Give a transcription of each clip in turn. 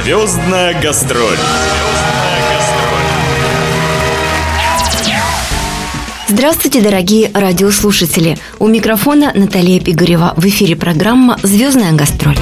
Звездная гастроль. Здравствуйте, дорогие радиослушатели! У микрофона Наталья Пигарева. В эфире программа «Звездная гастроль».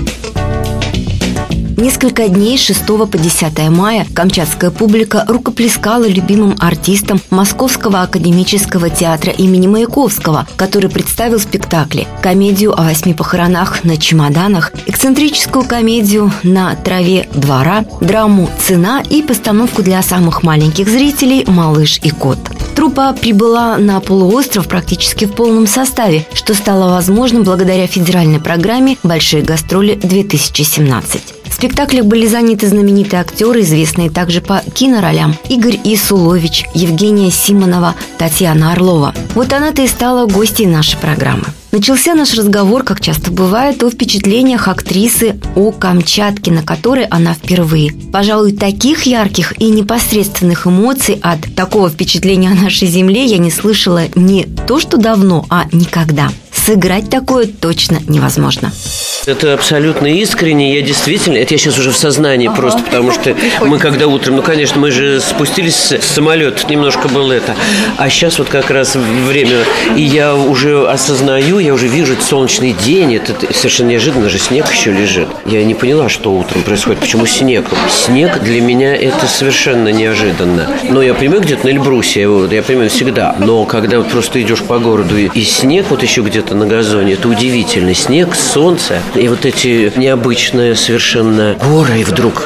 Несколько дней с 6 по 10 мая камчатская публика рукоплескала любимым артистам Московского академического театра имени Маяковского, который представил спектакли: комедию о 8 похоронах на чемоданах, эксцентрическую комедию «На траве двора», драму «Цена» и постановку для самых маленьких зрителей «Малыш и кот». Труппа прибыла на полуостров практически в полном составе, что стало возможным благодаря федеральной программе «Большие гастроли-2017». В спектаклях были заняты знаменитые актеры, известные также по киноролям: Игорь Исулович, Евгения Симонова, Татьяна Орлова. Вот она-то и стала гостьей нашей программы. Начался наш разговор, как часто бывает, о впечатлениях актрисы о Камчатке, на которой она впервые. Пожалуй, таких ярких и непосредственных эмоций от такого впечатления о нашей земле я не слышала не то что давно, а никогда. Сыграть такое точно невозможно. Это абсолютно искренне. Я действительно, это я сейчас уже в сознании просто, потому что мы когда утром, конечно, мы же спустились с самолета, немножко было это. А сейчас вот как раз время, и я уже осознаю, я уже вижу солнечный день, это совершенно неожиданно же снег еще лежит. Я не поняла, что утром происходит, почему снег. Снег для меня это совершенно неожиданно. Но я понимаю, где-то на Эльбрусе, я понимаю всегда. Но когда вот просто идешь по городу, и снег вот еще где-то на газоне, это удивительно. Снег, солнце, и вот эти необычные совершенно горы, и вдруг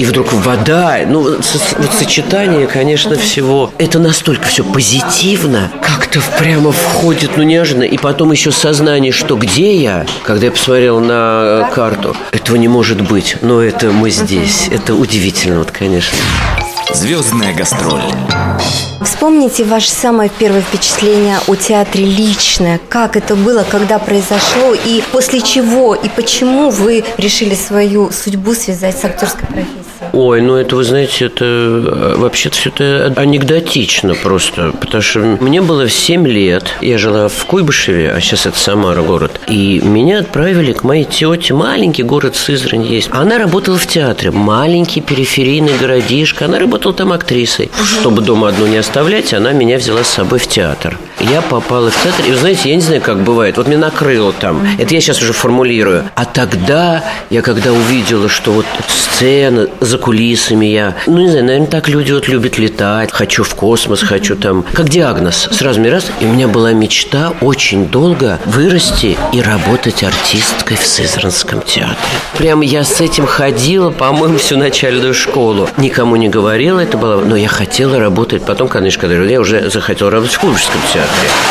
вода. Ну, вот сочетание, конечно, всего. Это настолько все позитивно, как-то прямо входит, неожиданно. И потом еще сознание, что где я, когда я посмотрел на карту, этого не может быть. Но это мы здесь. Это удивительно, конечно. Звездная гастроль. Вспомните ваше самое первое впечатление о театре личное. Как это было, когда произошло, и после чего, и почему вы решили свою судьбу связать с актерской профессией? Ой, это, вы знаете, это вообще-то все это анекдотично просто. Потому что мне было 7 лет. Я жила в Куйбышеве, а сейчас это Самара город. И меня отправили к моей тете. Маленький город Сызрань есть. Она работала в театре. Маленький периферийный городишко. Она работала там актрисой. Чтобы дома одну не оставлять, она меня взяла с собой в театр. Я попала в театр. И вы знаете, я не знаю, как бывает. Вот меня накрыло там. Это я сейчас уже формулирую. А тогда я когда увидела, что вот сцена за кулисами, я, не знаю, наверное, так люди вот любят летать. Хочу в космос, хочу там. Как диагноз. Сразу мне раз. И у меня была мечта очень долго вырасти и работать артисткой в Сызранском театре. Прям я с этим ходила, по-моему, всю начальную школу. Никому не говорила это было, но я хотела работать. Потом, конечно, когда я уже захотела работать в Куйбышевском театре.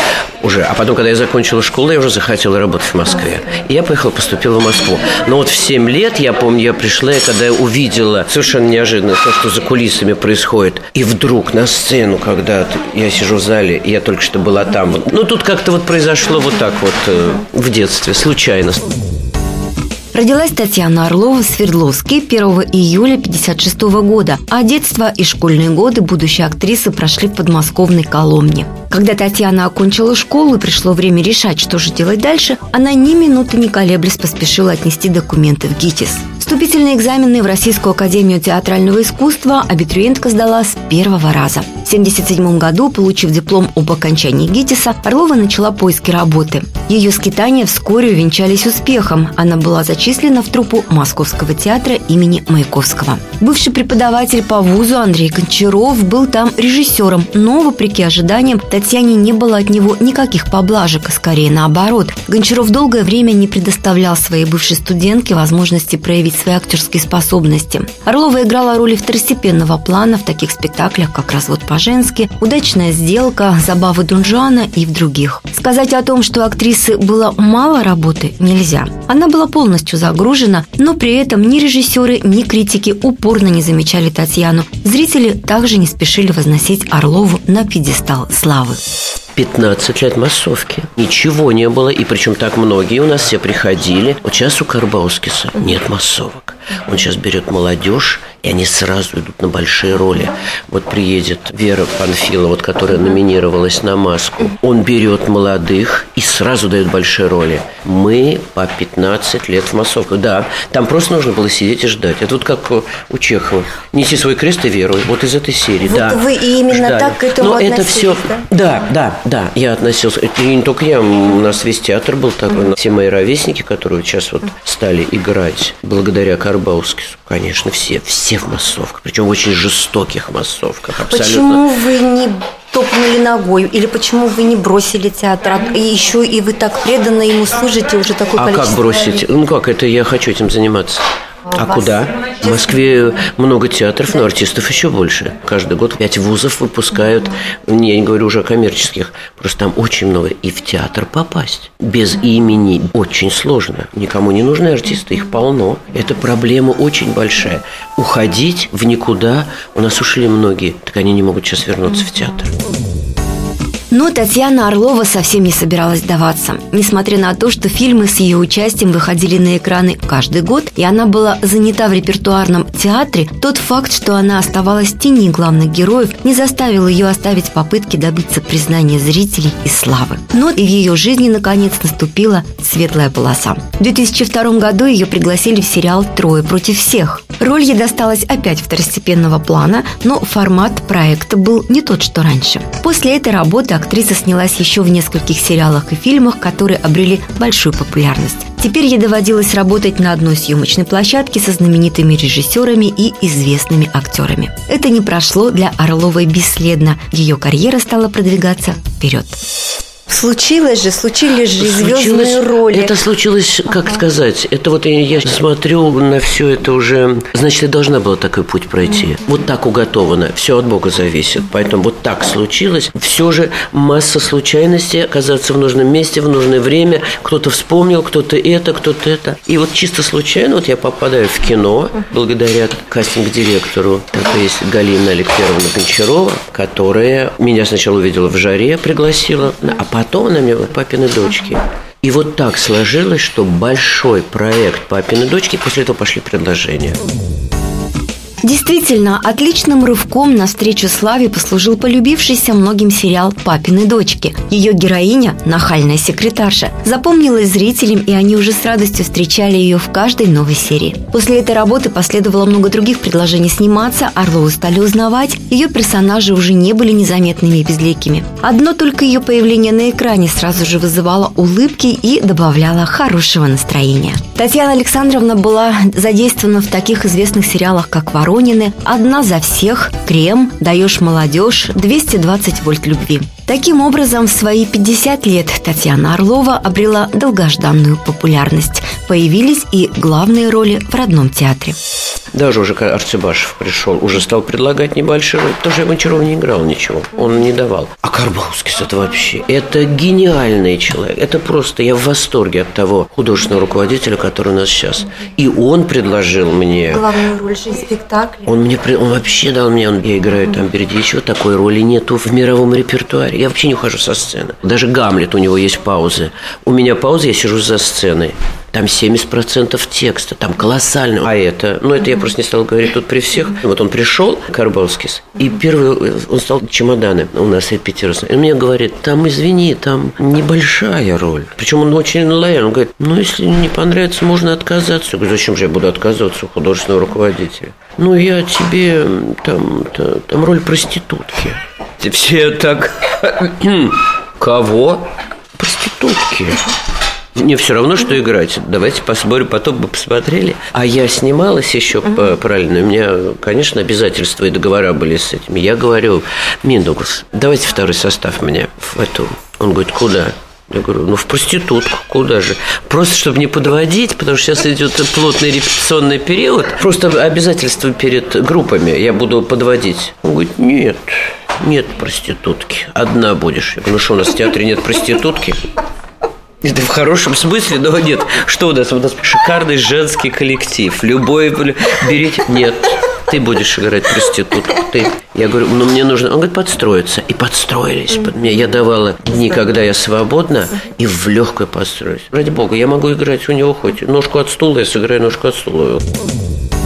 А потом, когда я закончила школу, я уже захотела работать в Москве. И я поступила в Москву. Но вот в 7 лет, я помню, я пришла, и когда я увидела совершенно неожиданно то, что за кулисами происходит. И вдруг на сцену, когда я сижу в зале, и я только что была там. Тут как-то произошло вот так вот в детстве, случайно. Родилась Татьяна Орлова в Свердловске 1 июля 1956 года, а детство и школьные годы будущей актрисы прошли в подмосковной Коломне. Когда Татьяна окончила школу и пришло время решать, что же делать дальше, она ни минуты не колеблясь поспешила отнести документы в ГИТИС. Вступительные экзамены в Российскую академию театрального искусства абитуриентка сдала с первого раза. В 1977 году, получив диплом об окончании ГИТИСа, Орлова начала поиски работы. Ее скитания вскоре увенчались успехом. Она была зачислена в труппу Московского театра имени Маяковского. Бывший преподаватель по вузу Андрей Гончаров был там режиссером, но, вопреки ожиданиям, Татьяне не было от него никаких поблажек, скорее наоборот. Гончаров долгое время не предоставлял своей бывшей студентке возможности проявить свои актерские способности. Орлова играла роли второстепенного плана в таких спектаклях, как «Развод по-женски», «Удачная сделка», «Забавы Дон Жуана» и в других. Сказать о том, что у актрисы было мало работы, нельзя. Она была полностью загружена, но при этом ни режиссеры, ни критики упорно не замечали Татьяну. Зрители также не спешили возносить Орлову на пьедестал славы. 15 лет массовки. Ничего не было, и причем так многие у нас все приходили. Вот сейчас у Карбаускиса нет массовок. Он сейчас берет молодежь и они сразу идут на большие роли. Вот приедет Вера Панфилова, вот, которая номинировалась на «Маску». Он берет молодых и сразу дает большие роли. Мы по 15 лет в массовках. Да, там просто нужно было сидеть и ждать. Это вот как у Чехова. «Неси свой крест и веруй». Вот из этой серии. Вот да. Вы именно ждали. Так к этому Но относились, это все... Да, я относился. И не только я, у нас весь театр был такой. Все мои ровесники, которые сейчас вот стали играть благодаря Карбаускису, конечно, все в массовках, причем в очень жестоких массовках. Абсолютно. Почему вы не топнули ногой? Или почему вы не бросили театр? И еще и вы так преданно ему служите уже такое количество как бросить? лет. Ну как, это я хочу этим заниматься. А куда? В Москве много театров, но артистов еще больше. Каждый год 5 вузов выпускают. Я не говорю уже о коммерческих. Просто там очень много. И в театр попасть без имени очень сложно. Никому не нужны артисты, их полно. Это проблема очень большая. Уходить в никуда. У нас ушли многие. Так они не могут сейчас вернуться в театр. Но Татьяна Орлова совсем не собиралась сдаваться. Несмотря на то, что фильмы с ее участием выходили на экраны каждый год, и она была занята в репертуарном театре, тот факт, что она оставалась в тени главных героев, не заставил ее оставить попытки добиться признания зрителей и славы. Но и в ее жизни, наконец, наступила светлая полоса. В 2002 году ее пригласили в сериал «Трое против всех». Роль ей досталась опять второстепенного плана, но формат проекта был не тот, что раньше. После этой работы актриса снялась еще в нескольких сериалах и фильмах, которые обрели большую популярность. Теперь ей доводилось работать на одной съемочной площадке со знаменитыми режиссерами и известными актерами. Это не прошло для Орловой бесследно. Ее карьера стала продвигаться вперед. Случились же звездные роли. Это случилось, как сказать, это вот я смотрю на все это уже, значит, я должна была такой путь пройти. Вот так уготовано, все от Бога зависит. Поэтому вот так случилось. Все же масса случайностей, оказаться в нужном месте, в нужное время. Кто-то вспомнил, кто-то это. И вот чисто случайно вот я попадаю в кино благодаря кастинг-директору. Такая есть Галина Алексеевна Гончарова, которая меня сначала увидела в «Жаре», пригласила, а потом она мне «Папины дочки». И вот так сложилось, что большой проект «Папины дочки», после этого пошли предложения. Действительно, отличным рывком навстречу славе послужил полюбившийся многим сериал «Папины дочки». Ее героиня, нахальная секретарша, запомнилась зрителям, и они уже с радостью встречали ее в каждой новой серии. После этой работы последовало много других предложений сниматься, Орлову стали узнавать, ее персонажи уже не были незаметными и безликими. Одно только ее появление на экране сразу же вызывало улыбки и добавляло хорошего настроения. Татьяна Александровна была задействована в таких известных сериалах, как «Воронины», «Одна за всех», «Крем», «Даешь молодежь», «220 вольт любви». Таким образом, в свои 50 лет Татьяна Орлова обрела долгожданную популярность. Появились и главные роли в родном театре. Даже уже когда Арцебашев пришел, уже стал предлагать небольшие роли, потому что Гончаров не играл ничего, он не давал. А Карбаускис это вообще, это гениальный человек, это просто, я в восторге от того художественного руководителя, который у нас сейчас. И он предложил мне... Главную роль же спектакля. Он вообще дал мне, я играю там Бердичева, такой роли нету в мировом репертуаре. Я вообще не ухожу со сцены. Даже Гамлет, у него есть паузы. У меня паузы, я сижу за сценой. Там 70% текста, там колоссально. А это, это я просто не стал говорить тут при всех. Вот он пришел, Карбаускис, и первый, он стал чемоданы у нас репетировать. И он мне говорит, там, извини, там небольшая роль. Причем он очень лояльный. Он говорит, если не понравится, можно отказаться. Я говорю, зачем же я буду отказываться у художественного руководителя? Я тебе, там роль проститутки. Все так, кого? Проститутки. Мне все равно, что играть. Давайте посмотрим, потом бы посмотрели. А я снималась еще параллельно. У меня, конечно, обязательства и договора были с этими. Я говорю, Миндугас, давайте второй состав мне в эту. Он говорит, куда? Я говорю, в проститутку, куда же? Просто, чтобы не подводить, потому что сейчас идет плотный репетиционный период. Просто обязательства перед группами я буду подводить. Он говорит, нет проститутки, одна будешь. Я говорю, что у нас в театре нет проститутки? Это в хорошем смысле, но нет. Что у нас? У нас шикарный женский коллектив. Любой берите. Нет, ты будешь играть проститутку. Я говорю, мне нужно. Он говорит, подстроиться. И подстроились под меня. Я давала дни, когда я свободна, и в легкую подстроюсь. Ради бога, я могу играть у него хоть ножку от стула, я сыграю ножку от стула.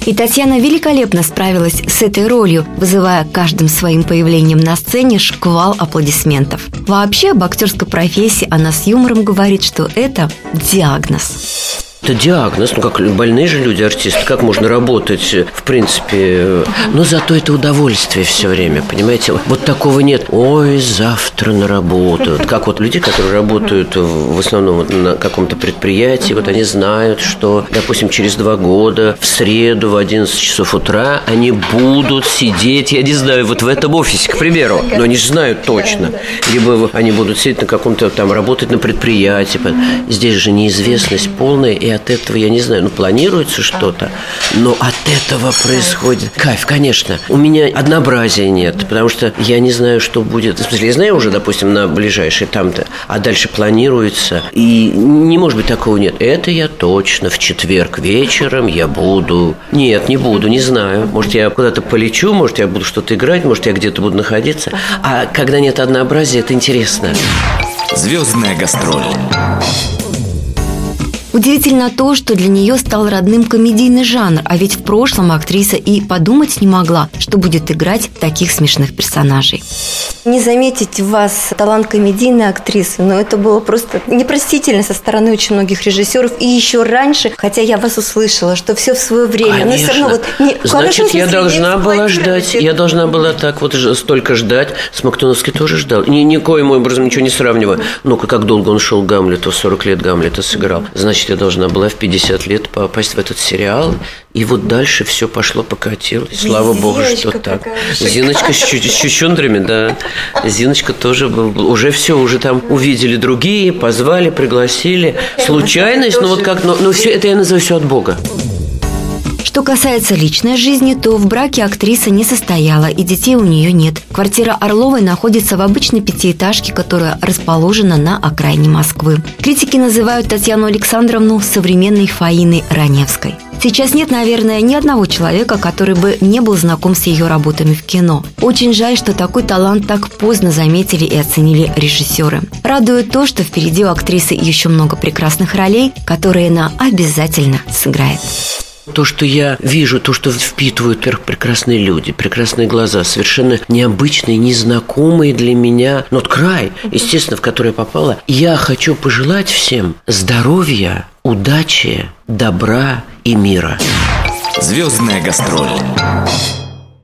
И Татьяна великолепно справилась с этой ролью, вызывая каждым своим появлением на сцене шквал аплодисментов. Вообще, об актерской профессии она с юмором говорит, что это диагноз. Это диагноз, как больные же люди, артисты, как можно работать, в принципе, но зато это удовольствие все время, понимаете, вот такого нет, ой, завтра на работу, как вот люди, которые работают в основном на каком-то предприятии, вот они знают, что, допустим, через 2 года в среду в 11 часов утра они будут сидеть, я не знаю, вот в этом офисе, к примеру, но они же знают точно, либо они будут сидеть на каком-то там, работать на предприятии, здесь же неизвестность полная, и от этого, я не знаю, планируется что-то, но от этого происходит кайф, конечно. У меня однообразия нет, потому что я не знаю, что будет. В смысле, я знаю уже, допустим, на ближайшее там-то, а дальше планируется, и не может быть такого нет. Это я точно в четверг вечером я буду. Нет, не буду, не знаю. Может, я куда-то полечу, может, я буду что-то играть, может, я где-то буду находиться. А когда нет однообразия, это интересно. Звездная гастроль. Удивительно то, что для нее стал родным комедийный жанр, а ведь в прошлом актриса и подумать не могла, что будет играть таких смешных персонажей. Не заметить в вас талант комедийной актрисы, но это было просто непростительно со стороны очень многих режиссеров. И еще раньше, хотя я вас услышала, что все в свое время. Конечно. Но все равно Значит, я должна была ждать. Я должна была так вот столько ждать. Смоктуновский тоже ждал. Никоим образом ничего не сравниваю. Ну-ка, как долго он шел Гамлету, 40 лет Гамлета сыграл. Значит, я должна была в 50 лет попасть в этот сериал. И вот дальше все пошло, покатилось. Слава богу, что так. Зиночка с чучундрами, да. Зиночка тоже уже все, уже там увидели другие, позвали, пригласили. Случайность, но вот как, но все это я называю все от Бога. Что касается личной жизни, то в браке актриса не состояла, и детей у нее нет. Квартира Орловой находится в обычной пятиэтажке, которая расположена на окраине Москвы. Критики называют Татьяну Александровну современной Фаиной Раневской. Сейчас нет, наверное, ни одного человека, который бы не был знаком с ее работами в кино. Очень жаль, что такой талант так поздно заметили и оценили режиссеры. Радует то, что впереди у актрисы еще много прекрасных ролей, которые она обязательно сыграет. То, что я вижу, то, что впитывают прекрасные люди, прекрасные глаза, совершенно необычные, незнакомые для меня, но вот край, естественно, в который я попала. Я хочу пожелать всем здоровья, удачи, добра и мира. Звездная гастроль.